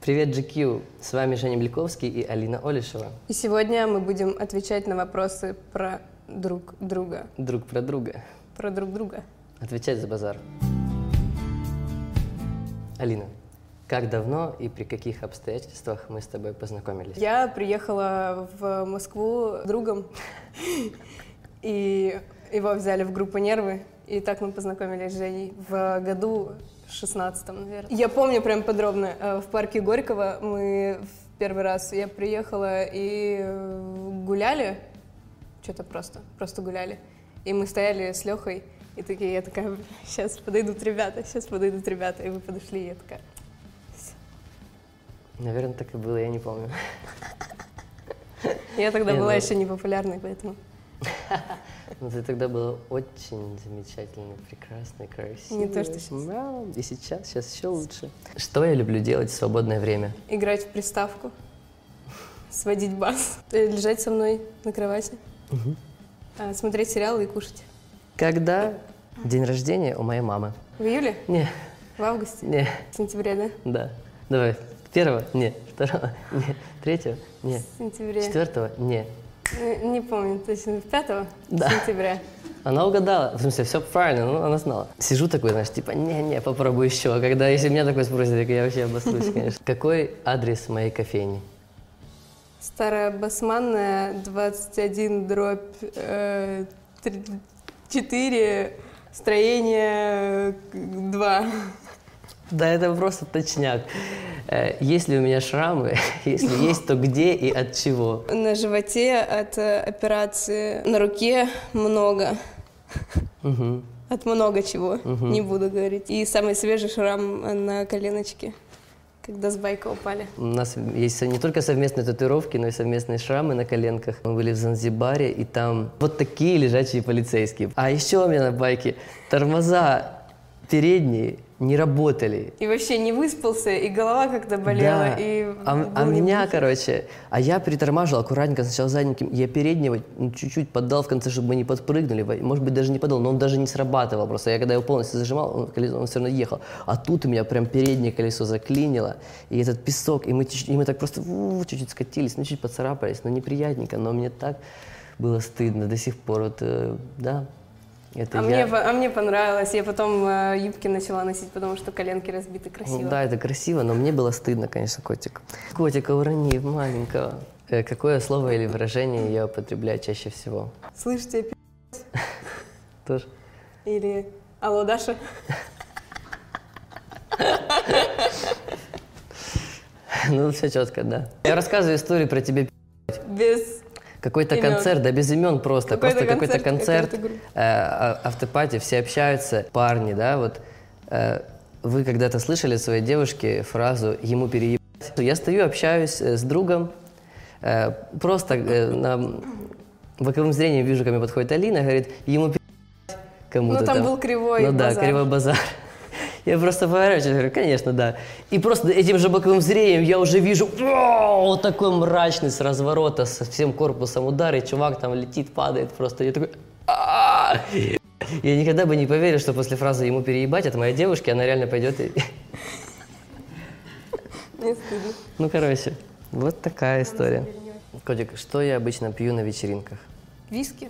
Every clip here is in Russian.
Привет, GQ! С вами Женя Бельковский и Алина Олешева. И сегодня мы будем отвечать на вопросы про друг друга. Друг про друга. Про друг друга. Отвечать за базар. Алина, как давно и при каких обстоятельствах мы с тобой познакомились? Я приехала в Москву с другом, и его взяли в группу «Нервы», и так мы познакомились с Женей в году 16-м, наверное. Я помню прям подробно, в парке Горького мы в первый раз, я приехала и гуляли, что-то просто гуляли, и мы стояли с Лехой, и такие, я такая, сейчас подойдут ребята, и вы подошли, и я такая... Наверное, так и было, я не помню. Я тогда была еще не популярной, поэтому... Ну, ты тогда была очень замечательной, прекрасной, красивой. Не то, что сейчас. И сейчас еще лучше. Что я люблю делать в свободное время? Играть в приставку, сводить бас, лежать со мной на кровати, смотреть сериалы и кушать. Когда день рождения у моей мамы? В июле? Не. В августе? Не. В сентябре, да? Да. Давай. 1-го? Не. 2-го? Не. 3-го? Не. В сентябре. 4-го? Не. Не помню, точно, 5 Да. сентября. Она угадала. В смысле, все правильно, ну, она знала. Сижу такой, знаешь, типа, не, попробуй еще. Когда, если меня такой спросят, так я вообще обосрусь, конечно. Какой адрес моей кофейни? Старая Басманная, 21/4, строение 2. Да, это просто точняк. Есть ли у меня шрамы? Если есть, то где и от чего? На животе от операции, на руке много. Угу. От много чего, не буду говорить. И самый свежий шрам на коленочке, когда с байка упали. У нас есть не только совместные татуировки, но и совместные шрамы на коленках. Мы были в Занзибаре, и там вот такие лежачие полицейские. А еще у меня на байке тормоза передние не работали. И вообще не выспался, и голова как-то болела. Да. И я притормаживал аккуратненько сначала задненьким, я переднего чуть-чуть поддал в конце, чтобы мы не подпрыгнули, может быть, даже не поддал, но он даже не срабатывал просто. Я когда его полностью зажимал, он все равно ехал. А тут у меня прям переднее колесо заклинило, и этот песок, и мы так просто чуть-чуть скатились, чуть поцарапались, но неприятненько, но мне так было стыдно до сих пор, вот, да. Мне понравилось. Я потом юбки начала носить, потому что коленки разбиты красиво. Ну, да, это красиво, но мне было стыдно, конечно, котик. Котика урони, маленького. Какое слово или выражение я употребляю чаще всего? Слышь, тебя Тоже? Или алло, Даша? Ну, все четко, да. Я рассказываю историю про тебя. Без... Какой-то концерт, да без имен просто. Какой-то концерт, автопати, все общаются, парни, да, вот. Вы когда-то слышали от своей девушки фразу «ему переебать»? Я стою, общаюсь с другом, просто боковым зрением вижу, ко мне подходит Алина, говорит «ему переебать» кому-то Ну, там был кривой базар. Ну да, кривой базар. Я просто поворачиваюсь, говорю, конечно, да. И просто этим же боковым зрением я уже вижу вот такой мрачный с разворота, со всем корпусом удар, и чувак там летит, падает просто. Я такой... Я никогда бы не поверил, что после фразы «ему переебать» от моей девушки она реально пойдет и... Не стыдно. Ну, короче, вот такая история. Котик, что я обычно пью на вечеринках? Виски.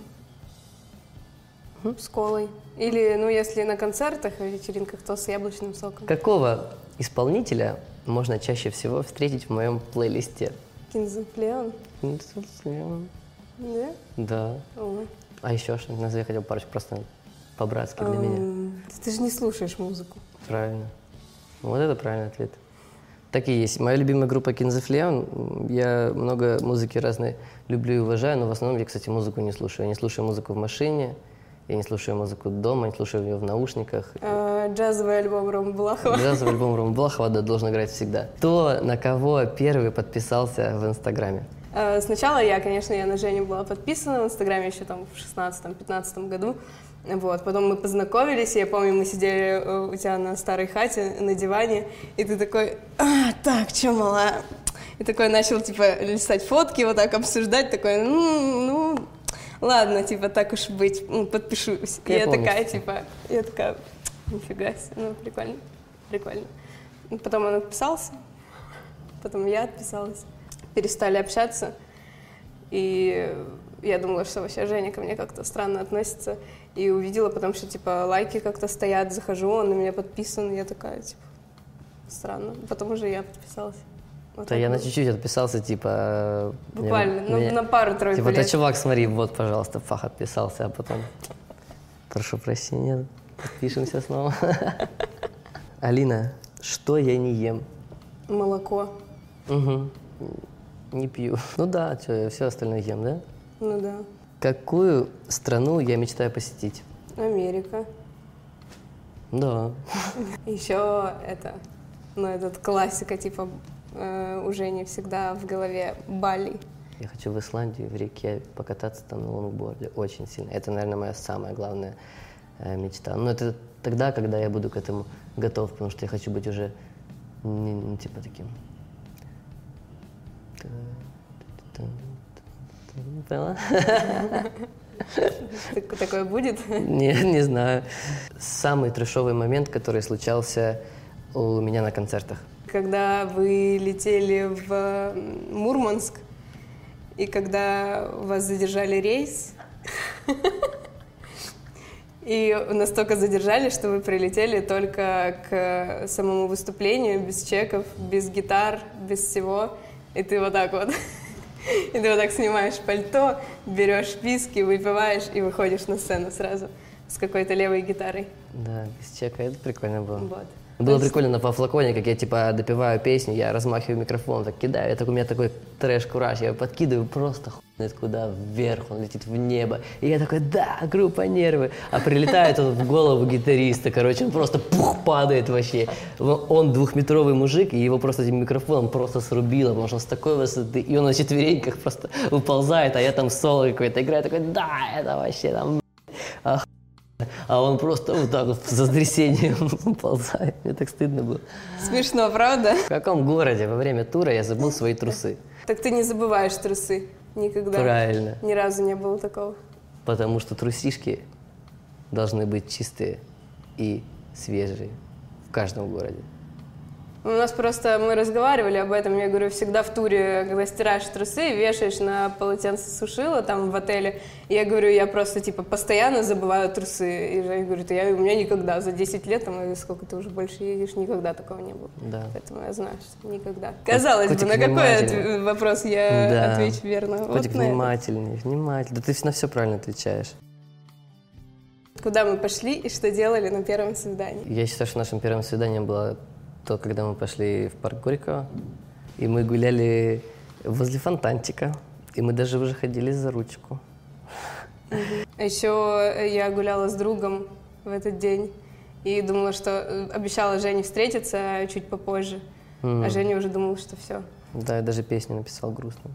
С колой. Или, ну, если на концертах и вечеринках, то с яблочным соком. Какого исполнителя можно чаще всего встретить в моем плейлисте? Kings of Leon. Kings of Leon. Да? Да. Ой. А еще что-нибудь назови, я хотел парочку просто по-братски для меня. Ты же не слушаешь музыку. Правильно. Вот это правильный ответ. Так и есть. Моя любимая группа Kings of Leon. Я много музыки разной люблю и уважаю, но в основном я, кстати, музыку не слушаю. Я не слушаю музыку в машине, я не слушаю музыку дома, не слушаю ее в наушниках. Джазовый альбом Рома Блахова. Джазовый альбом Рома Блахова, да, должен играть всегда. Кто на кого первый подписался в Инстаграме? Сначала я, конечно, на Женю была подписана в Инстаграме еще там в 16-15 году. Вот. Потом мы познакомились, и я помню, мы сидели у тебя на старой хате на диване, и ты такой, так, что, мала? И такой начал, типа, листать фотки, вот так обсуждать, такой, ну, ладно, типа, так уж быть, подпишусь. И я такая, типа, нифига себе, ну, прикольно. Потом он отписался, потом я отписалась. Перестали общаться, и я думала, что вообще Женя ко мне как-то странно относится, и увидела потом, что, типа, лайки как-то стоят, захожу, он на меня подписан, и я такая, типа, странно. Потом уже я подписалась. Вот Да я на было. чуть-чуть отписался, типа... Буквально, на пару-тройку Типа, да, лет. чувак, смотри, вот, пожалуйста, Фах отписался, а потом... Прошу прощения, подпишемся снова. Алина, что я не ем? Молоко. Угу. Не пью. Ну да, что, я все остальное ем, да? Ну да. Какую страну я мечтаю посетить? Америка. Да. Еще это, ну, этот классика, типа, у Жени всегда в голове Бали. Я хочу в Исландию, в реке покататься там на лонгборде очень сильно. Это, наверное, моя самая главная мечта. Но это тогда, когда я буду к этому готов, потому что я хочу быть уже, типа, таким... Поняла? Такое будет? Не знаю. Самый трешовый момент, который случался у меня на концертах. Когда вы летели в Мурманск, и когда вас задержали рейс, и настолько задержали, что вы прилетели только к самому выступлению, без чеков, без гитар, без всего, и ты вот так вот... И ты вот так снимаешь пальто, берешь виски, выпиваешь и выходишь на сцену сразу с какой-то левой гитарой. Да, без чека, это прикольно было. Вот. Было прикольно на флаконе, как я типа допиваю песню, я размахиваю микрофон, так кидаю, у меня такой трэш-кураж, я его подкидываю просто хуй знает куда, вверх, он летит в небо. И я такой, да, группа «Нервы». А прилетает он в голову гитариста, короче, он просто падает вообще. Он двухметровый мужик, и его просто этим микрофоном просто срубило, потому что он с такой высоты, и он на четвереньках просто выползает, а я там соло какой-то играю, такой, да, это вообще там, а он просто вот так вот с затрясением ползает. Мне так стыдно было. Смешно, правда? В каком городе во время тура я забыл свои трусы? Так ты не забываешь трусы никогда? Правильно. Ни разу не было такого? Потому что трусишки должны быть чистые и свежие в каждом городе. У нас просто, мы разговаривали об этом, я говорю, всегда в туре, когда стираешь трусы, вешаешь на полотенце сушило там в отеле, и я говорю, я просто, типа, постоянно забываю трусы, и Женя говорит, у меня никогда, за 10 лет, там, или сколько ты уже больше едешь, никогда такого не было. Да. Поэтому я знаю, что никогда. Казалось бы, Котик на какой внимательный. вопрос я Да. отвечу верно? Котик Вот на этот. внимательный, внимательный. Да ты на все правильно отвечаешь. Куда мы пошли и что делали на первом свидании? Я считаю, что нашим первым свиданием было то, когда мы пошли в парк Горького, и мы гуляли возле фонтанчика, и мы даже уже ходили за ручку. А еще я гуляла с другом в этот день и думала, что обещала Жене встретиться чуть попозже, а Женя уже думала, что все. Да, я даже песню написал грустную.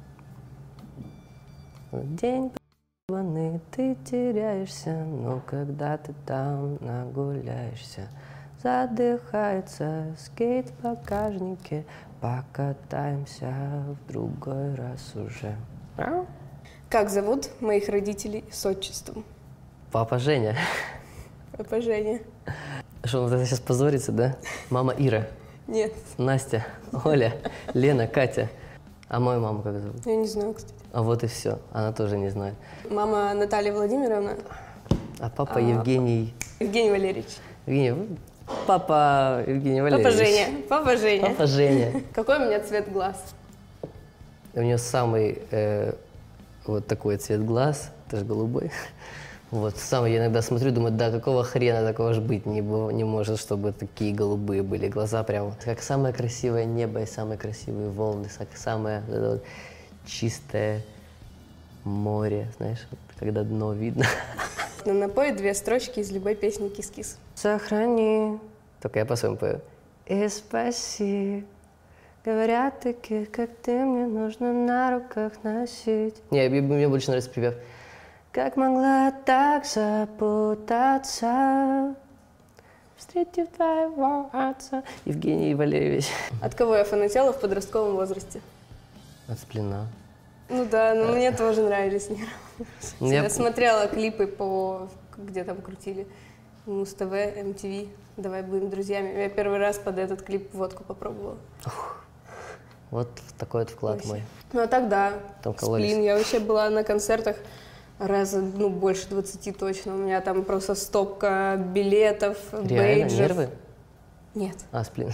День п***ный, ты теряешься, но когда ты там нагуляешься, задыхается скейт в багажнике, покатаемся в другой раз уже. Как зовут моих родителей с отчеством? Папа Женя. Папа Женя. Что, он сейчас позорится, да? Мама Ира, Нет, Настя, Оля, Лена, Катя. А мою маму как зовут? я не знаю, кстати. А вот и все. Она тоже не знает. Мама Наталья Владимировна. А папа Евгений... Евгений Валерьевич. Папа Евгений Валерьевич. Папа Женя. Папа Женя. Папа Женя. Какой у меня цвет глаз? У нее самый вот такой цвет глаз, тоже голубой. Вот, сам я иногда смотрю, думаю, да какого хрена такого же быть не может, чтобы такие голубые были глаза, прям как самое красивое небо и самые красивые волны, как самое вот, чистое море, знаешь, вот, когда дно видно. Напой 2 строчки из любой песни «Кис-кис». Сохрани, только я по-своему пою. И спаси, говорят таких, как ты, мне нужно на руках носить. Не, мне больше нравится припев. Как могла так запутаться, встретив твоего отца. Евгений Валерьевич. От кого я фанатела в подростковом возрасте? От Сплина. Ну да, но мне тоже нравились нервы. Я Я смотрела клипы где там крутили. Муз-ТВ, MTV. «Давай будем друзьями». Я первый раз под этот клип водку попробовала. Вот такой вот вклад мой. Ну а тогда, Там кололись. Сплин, я вообще была на концертах раза, ну, больше 20 точно. У меня там просто стопка билетов, Реально? бейджев. Нервы? Нет. А, Сплин.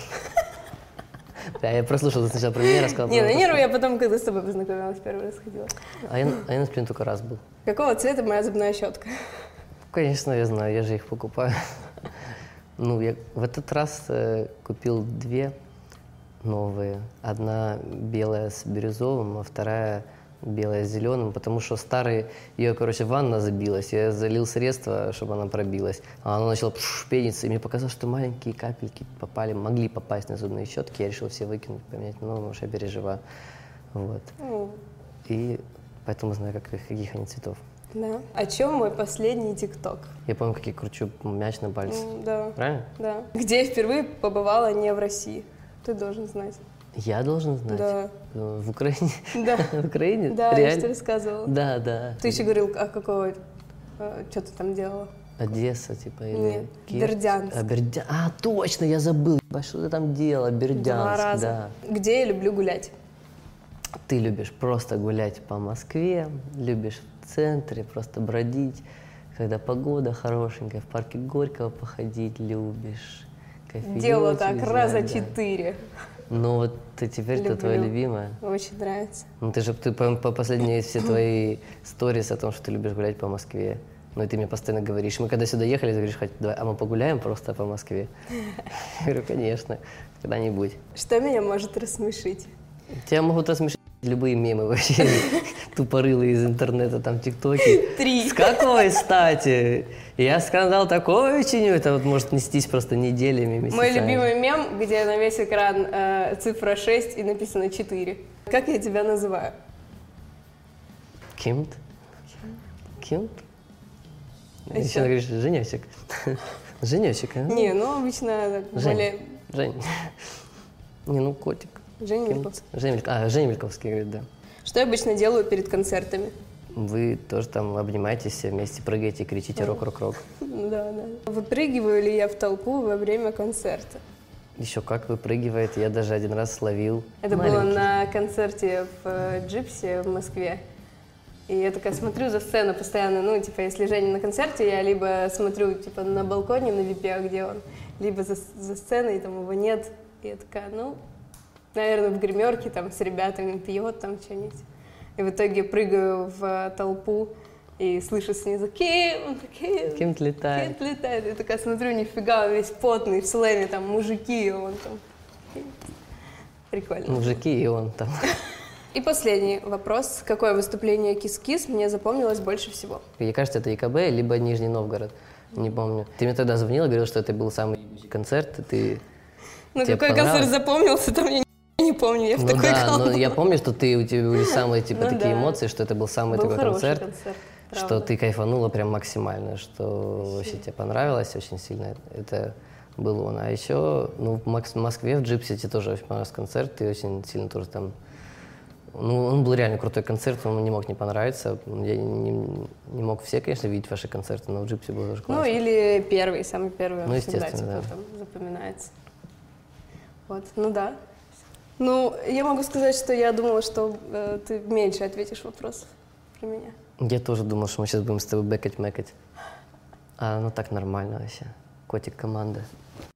Да, я прослушал, ты сначала про меня рассказал. Не, на нервы я потом, когда с тобой познакомилась, первый раз ходила. А я на Сплин только раз был. Какого цвета моя зубная щетка? Конечно, я знаю, я же их покупаю. Ну, я в этот раз купил две новые. Одна белая с бирюзовым, а вторая белая с зеленым, потому что старый, ее, короче, ванна забилась, я залил средство, чтобы она пробилась, а она начала пениться, и мне показалось, что маленькие капельки могли попасть на зубные щетки, я решил все выкинуть, поменять на новые, потому что я переживаю. Вот. И поэтому знаю, каких они цветов. Да. О чем мой последний ТикТок? Я помню, как я кручу мяч на пальце. Да. Правильно? Да. Где я впервые побывала не в России? Ты должен знать. Я должен знать? Да. В Украине? Да. В Украине? Да, я Реально? же тебе рассказывала. Да, да. Ты еще говорил, а какого, что ты там делала? Одесса, типа, или Нет, Киев? Бердянск. А, точно, я забыл. Что ты там делала? Бердянск, 2 раза. да. Где я люблю гулять? Ты любишь просто гулять по Москве, любишь в центре просто бродить, когда погода хорошенькая, в парке Горького походить любишь. Делала так взять, раза да. 4. Ну вот ты теперь это твоя Люблю. любимая. Очень нравится. Ну ты по последние все твои сторис о том, что ты любишь гулять по Москве. Ну и ты мне постоянно говоришь. Мы когда сюда ехали, ты говоришь, давай, а мы погуляем просто по Москве. Я говорю, конечно, когда-нибудь. Что меня может рассмешить? Тебя могут рассмешить любые мемы вообще, тупорылые из интернета, там, тиктоки. 3. С какой стати? Я скандал такой чиню, это вот может нестись просто неделями, месяцами. Мой любимый мем, где на весь экран цифра 6 и написано 4. Как я тебя называю? Ким-то? Ким? А Еще чё? говоришь, Женечек. Женечек, а? Не, ну обычно так, более... Жень. Не, ну котик. Женя Ким? Мельковский. Женя Мельковский говорит, да. Что я обычно делаю перед концертами? Вы тоже там обнимаетесь все вместе, прыгаете, кричите рок-рок-рок. Да, да. Выпрыгиваю ли я в толпу во время концерта? Еще как выпрыгивает, я даже один раз словил. Это было Маленький. на концерте в Джипсе в Москве. И я такая смотрю за сцену постоянно, ну, типа, если Женя на концерте, я либо смотрю, типа, на балконе, на випе, где он, либо за сценой, там его нет. И я такая, ну, наверное, в гримерке, там, с ребятами пьет, там, что-нибудь. И в итоге прыгаю в толпу и слышу снизу «Ким!» Ким летает. Ким летает. Я такая смотрю, нифига, он весь потный, в слэме, там, мужики, он там... Прикольно. Мужики, и он там. И последний вопрос. Какое выступление Кис-Кис мне запомнилось больше всего? Мне кажется, это ЕКБ, либо Нижний Новгород. Не помню. Ты мне тогда звонила, говорила, что это был самый концерт, и ты... Ну, тебе какой понравилось? концерт запомнился, там я не помню, я в Ну такой да, но колбасе. я помню, что у тебя были самые, типа, Ну такие да. эмоции, что это был самый Был такой хороший концерт, концерт, что правда. ты кайфанула прям максимально, что вообще тебе понравилось очень сильно. Это был он. А еще, ну, в Москве, в Джипсити тоже очень понравился концерт, и очень сильно тоже там... Ну, он был реально крутой концерт, он не мог не понравиться. Я не мог все, конечно, видеть ваши концерты, но в Джипсе было тоже Ну, классно. или первый, самый первый, Ну, он всегда, естественно, типа, да. там запоминается. Вот, ну да. Ну, я могу сказать, что я думала, что ты меньше ответишь вопросов про меня. Я тоже думал, что мы сейчас будем с тобой бэкать-мэкать. А ну так нормально вообще. Котик команда.